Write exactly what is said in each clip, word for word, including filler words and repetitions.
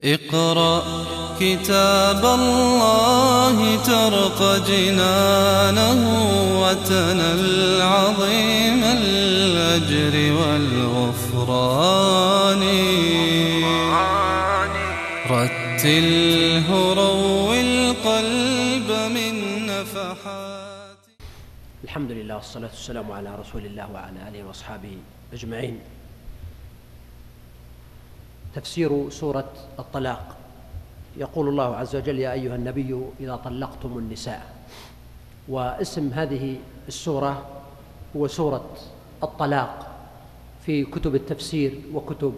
اقرأ كتاب الله ترق جنانه وتنل عظيم الأجر والغفران. رتله روي القلب من نفحات. الحمد لله والصلاة والسلام على رسول الله وعلى آله وأصحابه أجمعين. تفسير سورة الطلاق. يقول الله عز وجل: يا أيها النبي إذا طلقتم النساء. واسم هذه السورة هو سورة الطلاق في كتب التفسير وكتب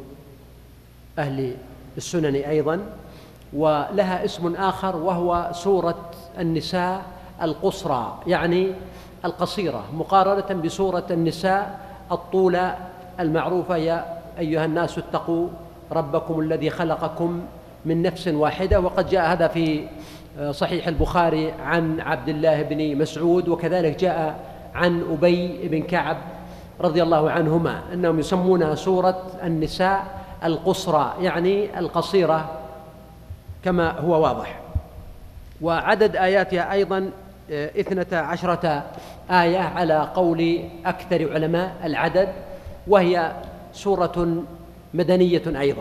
أهل السنن أيضا، ولها اسم آخر وهو سورة النساء القصرى، يعني القصيرة، مقارنة بسورة النساء الطولى المعروفة: يا أيها الناس اتقوا ربكم الذي خلقكم من نفس واحدة. وقد جاء هذا في صحيح البخاري عن عبد الله بن مسعود، وكذلك جاء عن أبي بن كعب رضي الله عنهما أنهم يسمونها سورة النساء القصرى، يعني القصيرة كما هو واضح. وعدد آياتها أيضا اثنتا عشرة آية على قول أكثر علماء العدد، وهي سورة مدنية أيضا.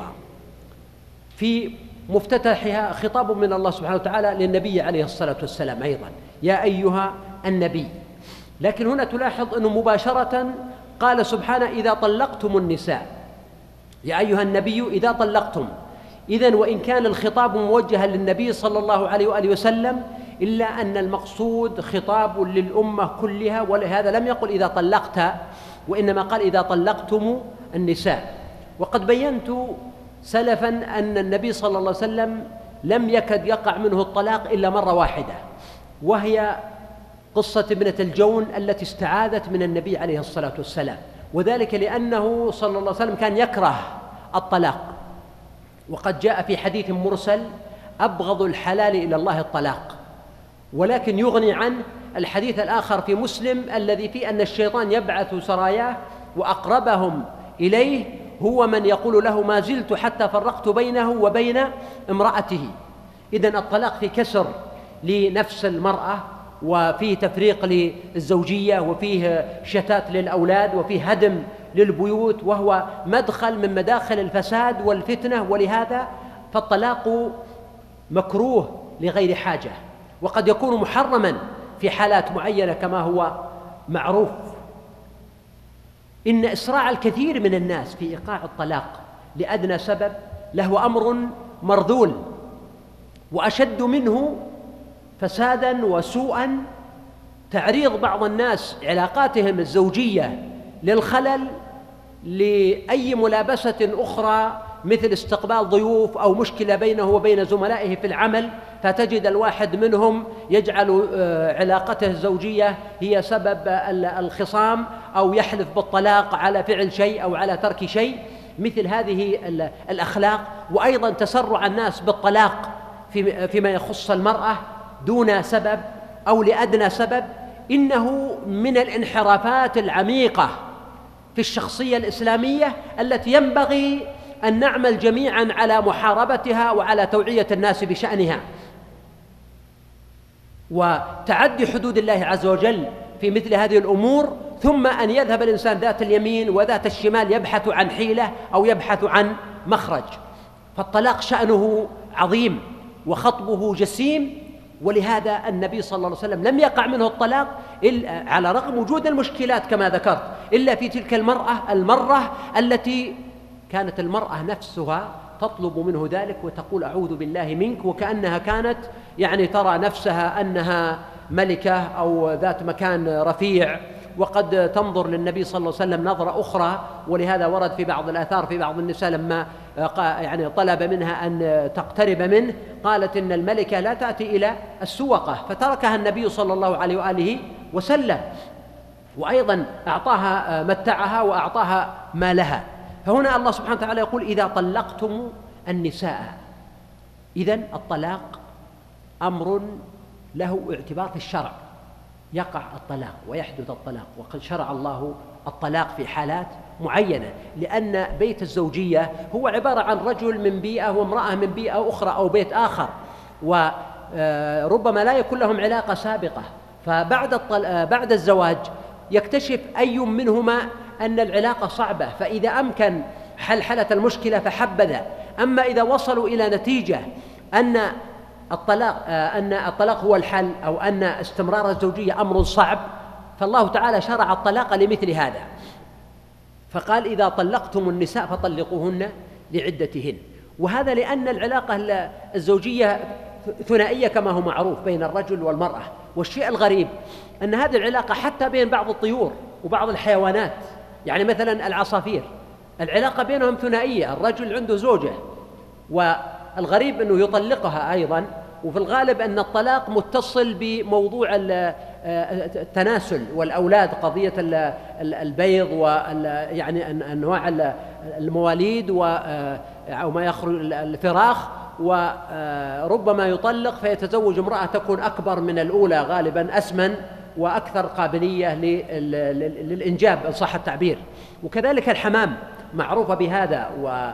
في مفتتحها خطاب من الله سبحانه وتعالى للنبي عليه الصلاة والسلام أيضا: يا أيها النبي. لكن هنا تلاحظ أنه مباشرة قال سبحانه: إذا طلقتم النساء. يا أيها النبي إذا طلقتم. إذن وإن كان الخطاب موجها للنبي صلى الله عليه وآله وسلم، إلا أن المقصود خطاب للأمة كلها، ولهذا لم يقل إذا طلقت، وإنما قال إذا طلقتم النساء. وقد بينت سلفا أن النبي صلى الله عليه وسلم لم يكد يقع منه الطلاق إلا مرة واحدة، وهي قصة ابنة الجون التي استعاذت من النبي عليه الصلاة والسلام، وذلك لأنه صلى الله عليه وسلم كان يكره الطلاق. وقد جاء في حديث مرسل: أبغض الحلال إلى الله الطلاق. ولكن يغني عن الحديث الآخر في مسلم الذي فيه أن الشيطان يبعث سراياه وأقربهم إليه هو من يقول له: ما زلت حتى فرقت بينه وبين امرأته. إذن الطلاق في كسر لنفس المرأة، وفيه تفريق للزوجية، وفيه شتات للأولاد، وفيه هدم للبيوت، وهو مدخل من مداخل الفساد والفتنة. ولهذا فالطلاق مكروه لغير حاجة، وقد يكون محرما في حالات معينة كما هو معروف. إن إسراع الكثير من الناس في إيقاع الطلاق لأدنى سبب له أمر مرذول، وأشد منه فسادا وسوءا تعريض بعض الناس علاقاتهم الزوجية للخلل لأي ملابسة أخرى، مثل استقبال ضيوف أو مشكلة بينه وبين زملائه في العمل، فتجد الواحد منهم يجعل علاقته الزوجية هي سبب الخصام، أو يحلف بالطلاق على فعل شيء أو على ترك شيء. مثل هذه الأخلاق، وأيضا تسرع الناس بالطلاق فيما يخص المرأة دون سبب أو لأدنى سبب، إنه من الانحرافات العميقة في الشخصية الإسلامية التي ينبغي أن نعمل جميعا على محاربتها وعلى توعية الناس بشأنها. وتعدي حدود الله عز وجل في مثل هذه الأمور، ثم أن يذهب الإنسان ذات اليمين وذات الشمال يبحث عن حيلة أو يبحث عن مخرج. فالطلاق شأنه عظيم وخطبه جسيم، ولهذا النبي صلى الله عليه وسلم لم يقع منه الطلاق إلا على رغم وجود المشكلات كما ذكرت، إلا في تلك المرأة المرة التي كانت المرأة نفسها تطلب منه ذلك وتقول: أعوذ بالله منك، وكأنها كانت يعني ترى نفسها أنها ملكة أو ذات مكان رفيع، وقد تنظر للنبي صلى الله عليه وسلم نظرة أخرى. ولهذا ورد في بعض الآثار في بعض النساء لما يعني طلب منها أن تقترب منه، قالت: إن الملكة لا تأتي إلى السوقة، فتركها النبي صلى الله عليه وآله وسلم، وأيضا أعطاها متعها وأعطاها مالها. فهنا الله سبحانه وتعالى يقول: إذا طلقتم النساء. إذن الطلاق أمر له اعتبار في الشرع، يقع الطلاق ويحدث الطلاق، وقد شرع الله الطلاق في حالات معينة، لأن بيت الزوجية هو عبارة عن رجل من بيئة وامرأة من بيئة أخرى أو بيت آخر، وربما لا يكون لهم علاقة سابقة، فبعد بعد الزواج يكتشف أي منهما أن العلاقة صعبة، فإذا أمكن حلحلة المشكلة فحبذا. أما إذا وصلوا إلى نتيجة أن الطلاق أن الطلاق هو الحل أو أن استمرار الزوجية أمر صعب، فالله تعالى شرع الطلاق لمثل هذا، فقال إذا طلقتم النساء فطلقوهن لعدتهن. وهذا لأن العلاقة الزوجية ثنائية كما هو معروف بين الرجل والمرأة. والشيء الغريب أن هذه العلاقة حتى بين بعض الطيور وبعض الحيوانات، يعني مثلا العصافير العلاقة بينهم ثنائية، الرجل عنده زوجة والغريب أنه يطلقها أيضا، وفي الغالب أن الطلاق متصل بموضوع التناسل والأولاد، قضية البيض ويعني أنواع المواليد أو ما يخرج الفراخ، وربما يطلق فيتزوج امرأة تكون أكبر من الأولى غالبا، أسمن وأكثر قابلية للإنجاب إن صح التعبير. وكذلك الحمام معروفة بهذا،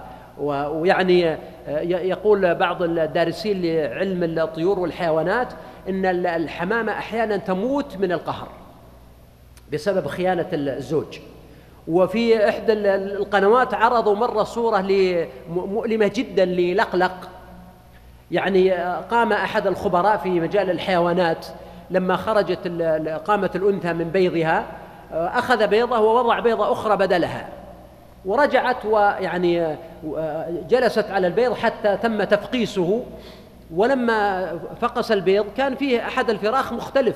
ويعني يقول بعض الدارسين لعلم الطيور والحيوانات إن الحمامة أحيانا تموت من القهر بسبب خيانة الزوج. وفي إحدى القنوات عرضوا مرة صورة مؤلمة جدا للقلق، يعني قام أحد الخبراء في مجال الحيوانات لما خرجت قامت الأنثى من بيضها أخذ بيضة ووضع بيضة أخرى بدلها، ورجعت ويعني جلست على البيض حتى تم تفقيسه، ولما فقس البيض كان فيه أحد الفراخ مختلف،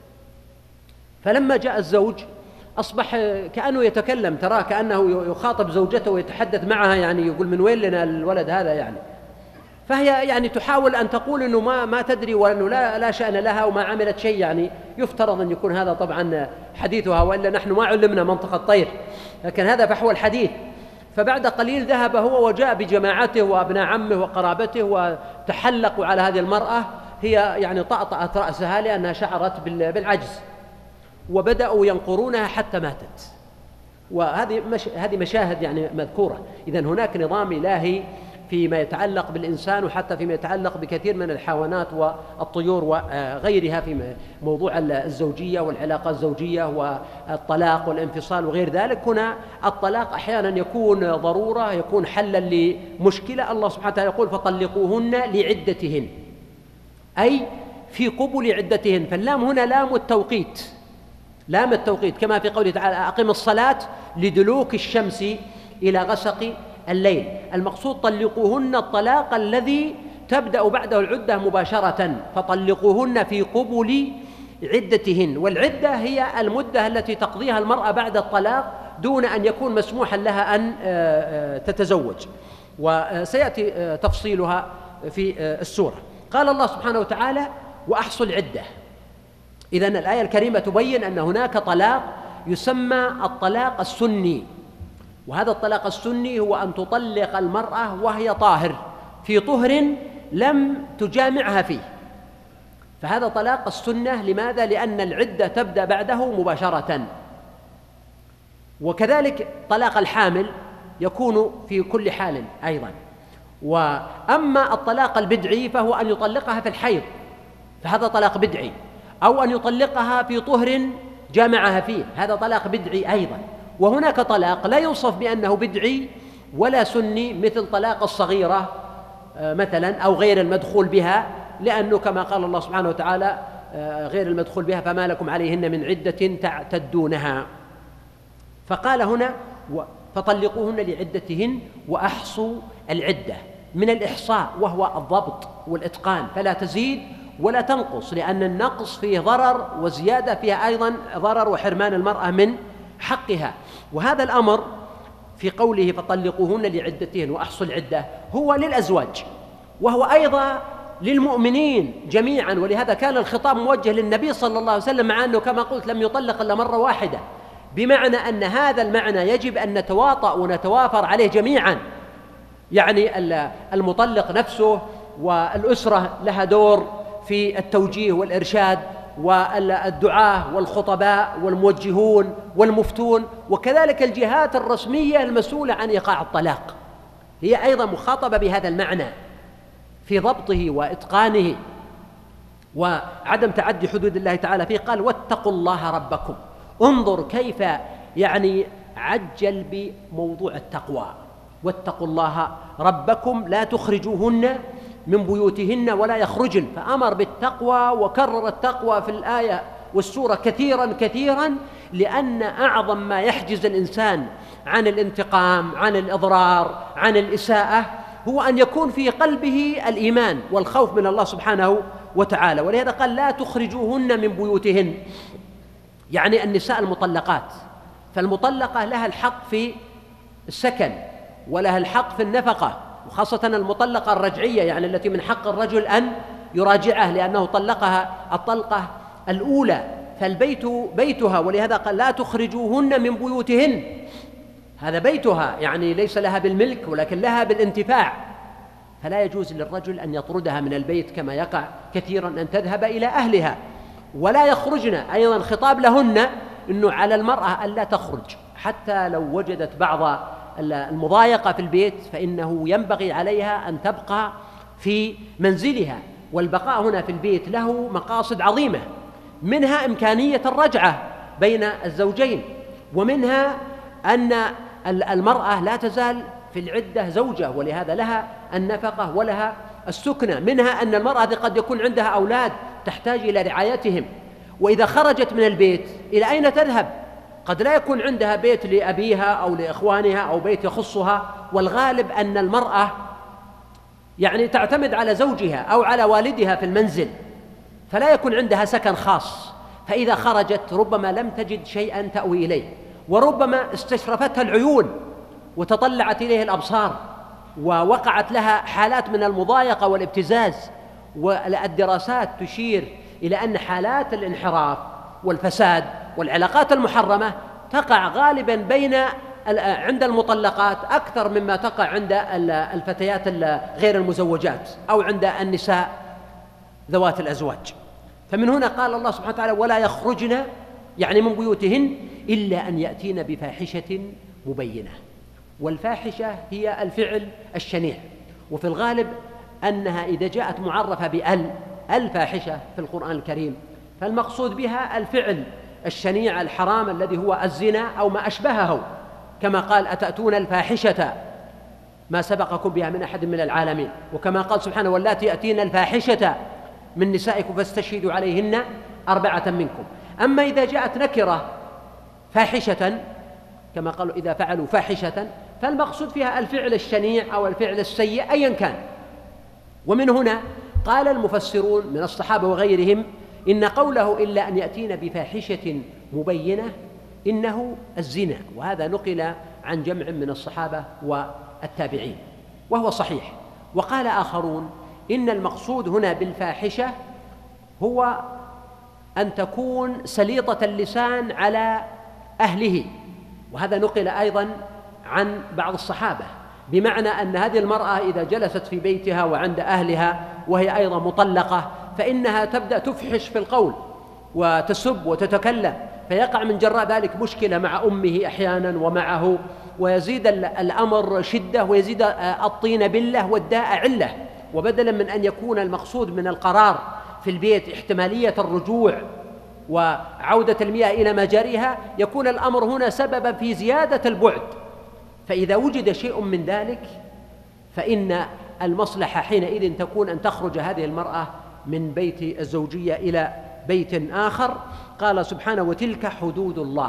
فلما جاء الزوج أصبح كأنه يتكلم، ترى كأنه يخاطب زوجته ويتحدث معها، يعني يقول من وين لنا الولد هذا يعني. فهي يعني تحاول أن تقول أنه ما ما تدري وأنه لا لا شأن لها وما عملت شيء، يعني يفترض أن يكون هذا طبعا حديثها، وإلا نحن ما علمنا منطق الطير، لكن هذا فحوى الحديث. فبعد قليل ذهب هو وجاء بجماعته وابناء عمه وقرابته وتحلقوا على هذه المرأة، هي يعني طأطأت رأسها لأنها شعرت بالعجز، وبدأوا ينقرونها حتى ماتت. وهذه مش هذه مشاهد يعني مذكورة. إذن هناك نظام إلهي فيما يتعلق بالإنسان، وحتى فيما يتعلق بكثير من الحيوانات والطيور وغيرها في موضوع الزوجية والعلاقة الزوجية والطلاق والانفصال وغير ذلك. هنا الطلاق أحيانا يكون ضرورة، يكون حلا لمشكلة. الله سبحانه وتعالى يقول فطلقوهن لعدتهن، أي في قبل عدتهن، فاللام هنا لام التوقيت، لام التوقيت، كما في قوله تعالى أقم الصلاة لدلوك الشمس إلى غسق الليل. المقصود طلقوهن الطلاق الذي تبدأ بعده العدة مباشرة، فطلقوهن في قبل عدتهن. والعدة هي المدة التي تقضيها المرأة بعد الطلاق دون أن يكون مسموحا لها أن تتزوج، وسيأتي تفصيلها في السورة. قال الله سبحانه وتعالى وأحصوا العدة. إذن الآية الكريمة تبين أن هناك طلاق يسمى الطلاق السني، وهذا الطلاق السني هو أن تطلق المرأة وهي طاهر في طهر لم تجامعها فيه، فهذا طلاق السنة. لماذا؟ لأن العدة تبدأ بعده مباشرة. وكذلك طلاق الحامل يكون في كل حال أيضا. وأما الطلاق البدعي فهو أن يطلقها في الحيض، فهذا طلاق بدعي، أو أن يطلقها في طهر جامعها فيه، هذا طلاق بدعي أيضا. وهناك طلاق لا يوصف بأنه بدعي ولا سني، مثل طلاق الصغيرة مثلا أو غير المدخول بها، لأنه كما قال الله سبحانه وتعالى غير المدخول بها فما لكم عليهن من عدة تعتدونها. فقال هنا فطلقوهن لعدتهن وأحصوا العدة، من الإحصاء وهو الضبط والإتقان، فلا تزيد ولا تنقص، لأن النقص فيه ضرر وزيادة فيها أيضا ضرر وحرمان المرأة من حقها. وهذا الأمر في قوله فطلقوهن لعدتهن وأحصوا العدة هو للأزواج، وهو أيضا للمؤمنين جميعا، ولهذا كان الخطاب موجه للنبي صلى الله عليه وسلم، مع أنه كما قلت لم يطلق إلا مرة واحدة، بمعنى أن هذا المعنى يجب أن نتواطأ ونتوافر عليه جميعا. يعني المطلق نفسه والأسرة لها دور في التوجيه والإرشاد، والدعاة والخطباء والموجهون والمفتون، وكذلك الجهات الرسمية المسؤولة عن إيقاع الطلاق، هي أيضا مخاطبة بهذا المعنى في ضبطه وإتقانه وعدم تعدي حدود الله تعالى فيه. قال واتقوا الله ربكم. انظر كيف يعني عجل بموضوع التقوى، واتقوا الله ربكم لا تخرجوهن من بيوتهن ولا يخرجن، فأمر بالتقوى وكرر التقوى في الآية والسورة كثيرا كثيرا، لأن أعظم ما يحجز الإنسان عن الانتقام، عن الإضرار، عن الإساءة، هو أن يكون في قلبه الإيمان والخوف من الله سبحانه وتعالى. ولهذا قال لا تخرجوهن من بيوتهن، يعني النساء المطلقات، فالمطلقة لها الحق في السكن ولها الحق في النفقة، وخاصة المطلقة الرجعية يعني التي من حق الرجل أن يراجعه لأنه طلقها الطلقة الأولى، فالبيت بيتها، ولهذا قال لا تخرجوهن من بيوتهن، هذا بيتها يعني ليس لها بالملك ولكن لها بالانتفاع، فلا يجوز للرجل أن يطردها من البيت كما يقع كثيرا أن تذهب إلى أهلها. ولا يخرجن، أيضا خطاب لهن أنه على المرأة ألا تخرج حتى لو وجدت بعض المضايقة في البيت، فإنه ينبغي عليها أن تبقى في منزلها. والبقاء هنا في البيت له مقاصد عظيمة، منها إمكانية الرجعة بين الزوجين، ومنها أن المرأة لا تزال في العدة زوجة ولهذا لها النفقة ولها السكنة، منها أن المرأة قد يكون عندها أولاد تحتاج إلى رعايتهم، وإذا خرجت من البيت إلى أين تذهب؟ قد لا يكون عندها بيت لأبيها أو لإخوانها أو بيت يخصها، والغالب أن المرأة يعني تعتمد على زوجها أو على والدها في المنزل، فلا يكون عندها سكن خاص، فإذا خرجت ربما لم تجد شيئا تأوي إليه، وربما استشرفتها العيون وتطلعت إليه الأبصار، ووقعت لها حالات من المضايقة والابتزاز. والدراسات تشير إلى أن حالات الانحراف والفساد والعلاقات المحرمة تقع غالبا بين عند المطلقات أكثر مما تقع عند الفتيات غير المزوجات أو عند النساء ذوات الأزواج. فمن هنا قال الله سبحانه وتعالى ولا يخرجن يعني من بيوتهن إلا أن يأتين بفاحشة مبينة. والفاحشة هي الفعل الشنيع، وفي الغالب أنها إذا جاءت معرفة بأل الفاحشة في القرآن الكريم فالمقصود بها الفعل الشنيع الحرام الذي هو الزنا أو ما أشبهه، كما قال أتأتون الفاحشة ما سبقكم بها من أحد من العالمين، وكما قال سبحانه واللاتي يأتين الفاحشة من نسائكم فاستشهدوا عليهن أربعة منكم. أما إذا جاءت نكرة فاحشة كما قالوا إذا فعلوا فاحشة فالمقصود فيها الفعل الشنيع أو الفعل السيء أيا كان. ومن هنا قال المفسرون من الصحابة وغيرهم إن قوله إلا أن يأتين بفاحشة مبينة إنه الزنا، وهذا نقل عن جمع من الصحابة والتابعين وهو صحيح. وقال آخرون إن المقصود هنا بالفاحشة هو أن تكون سليطة اللسان على أهله، وهذا نقل أيضا عن بعض الصحابة، بمعنى أن هذه المرأة إذا جلست في بيتها وعند أهلها وهي أيضا مطلقة فإنها تبدأ تفحش في القول وتسب وتتكلم، فيقع من جراء ذلك مشكلة مع أمه أحيانا ومعه، ويزيد الأمر شدة ويزيد الطين بلة والداء علة. وبدلا من أن يكون المقصود من القرار في البيت احتمالية الرجوع وعودة المياه إلى مجاريها، يكون الأمر هنا سببا في زيادة البعد. فإذا وجد شيء من ذلك فإن المصلحة حينئذ تكون أن تخرج هذه المرأة من بيت الزوجية إلى بيت آخر. قال سبحانه وتلك حدود الله،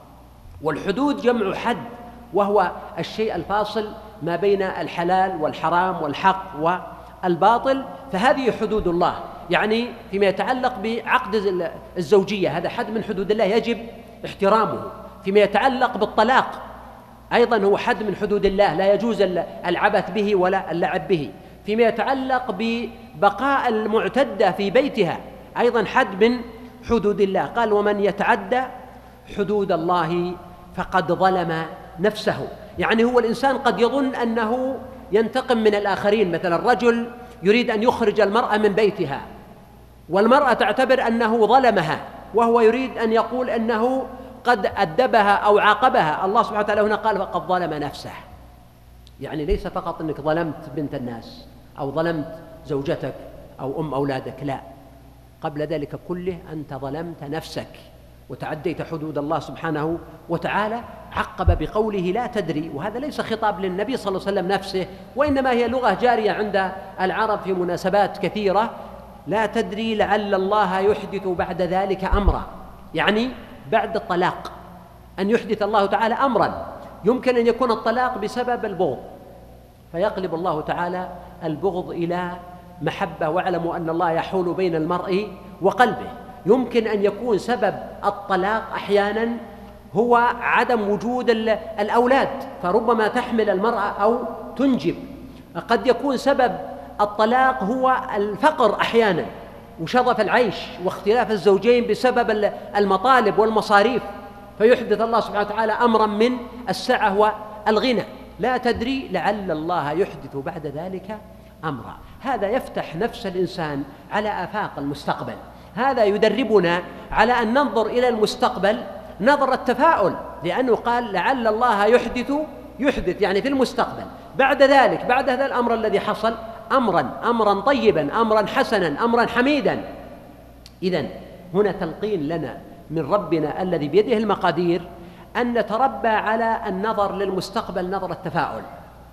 والحدود جمع حد، وهو الشيء الفاصل ما بين الحلال والحرام والحق والباطل، فهذه حدود الله. يعني فيما يتعلق بعقد الزوجية هذا حد من حدود الله يجب احترامه، فيما يتعلق بالطلاق أيضا هو حد من حدود الله لا يجوز العبث به ولا اللعب به، فيما يتعلق ببقاء المعتدة في بيتها أيضا حد من حدود الله. قال ومن يتعدى حدود الله فقد ظلم نفسه. يعني هو الإنسان قد يظن أنه ينتقم من الآخرين، مثلا الرجل يريد أن يخرج المرأة من بيتها والمرأة تعتبر أنه ظلمها، وهو يريد أن يقول أنه قد أدبها أو عاقبها. الله سبحانه وتعالى هنا قال فقد ظلم نفسه، يعني ليس فقط أنك ظلمت بنت الناس أو ظلمت زوجتك أو أم أولادك، لا، قبل ذلك كله أنت ظلمت نفسك وتعديت حدود الله سبحانه وتعالى. عقب بقوله لا تدري، وهذا ليس خطاب للنبي صلى الله عليه وسلم نفسه، وإنما هي لغة جارية عند العرب في مناسبات كثيرة. لا تدري لعل الله يحدث بعد ذلك أمرا، يعني بعد الطلاق أن يحدث الله تعالى أمرا. يمكن أن يكون الطلاق بسبب البغض، فيقلب الله تعالى البغض إلى محبة، واعلموا أن الله يحول بين المرء وقلبه. يمكن أن يكون سبب الطلاق أحيانا هو عدم وجود الأولاد، فربما تحمل المرأة أو تنجب. قد يكون سبب الطلاق هو الفقر أحيانا وشظف العيش واختلاف الزوجين بسبب المطالب والمصاريف، فيحدث الله سبحانه وتعالى أمرا من السعة والغنى. لا تدري لعل الله يحدث بعد ذلك أمرا. هذا يفتح نفس الإنسان على آفاق المستقبل، هذا يدربنا على أن ننظر إلى المستقبل نظر التفاؤل، لأنه قال لعل الله يحدث يحدث يعني في المستقبل بعد ذلك، بعد هذا الأمر الذي حصل، أمرا أمرا طيبا، أمرا حسنا، أمرا حميدا. إذن هنا تلقين لنا من ربنا الذي بيده المقادير أن نتربى على النظر للمستقبل نظرة تفاؤل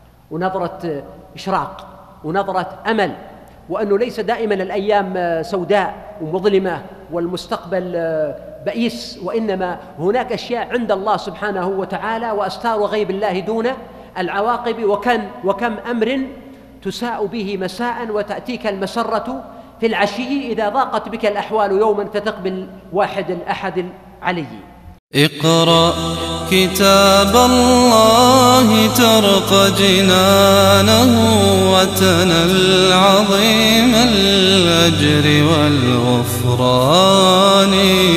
ونظرة إشراق ونظرة أمل، وأنه ليس دائما الأيام سوداء ومظلمة والمستقبل بئيس، وإنما هناك أشياء عند الله سبحانه وتعالى وأستار غيب الله دون العواقب. وكم, وكم أمر تساء به مساء وتأتيك المسرة في العشي، إذا ضاقت بك الأحوال يوما فتقبل واحد الأحد العلي. اقرأ كتاب الله ترق جنانه وتنل عظيم الأجر والغفران.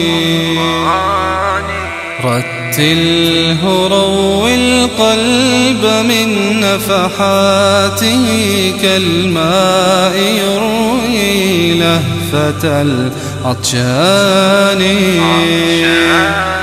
رتله روي القلب من نفحاته كالماء يروي لهفة العطشان.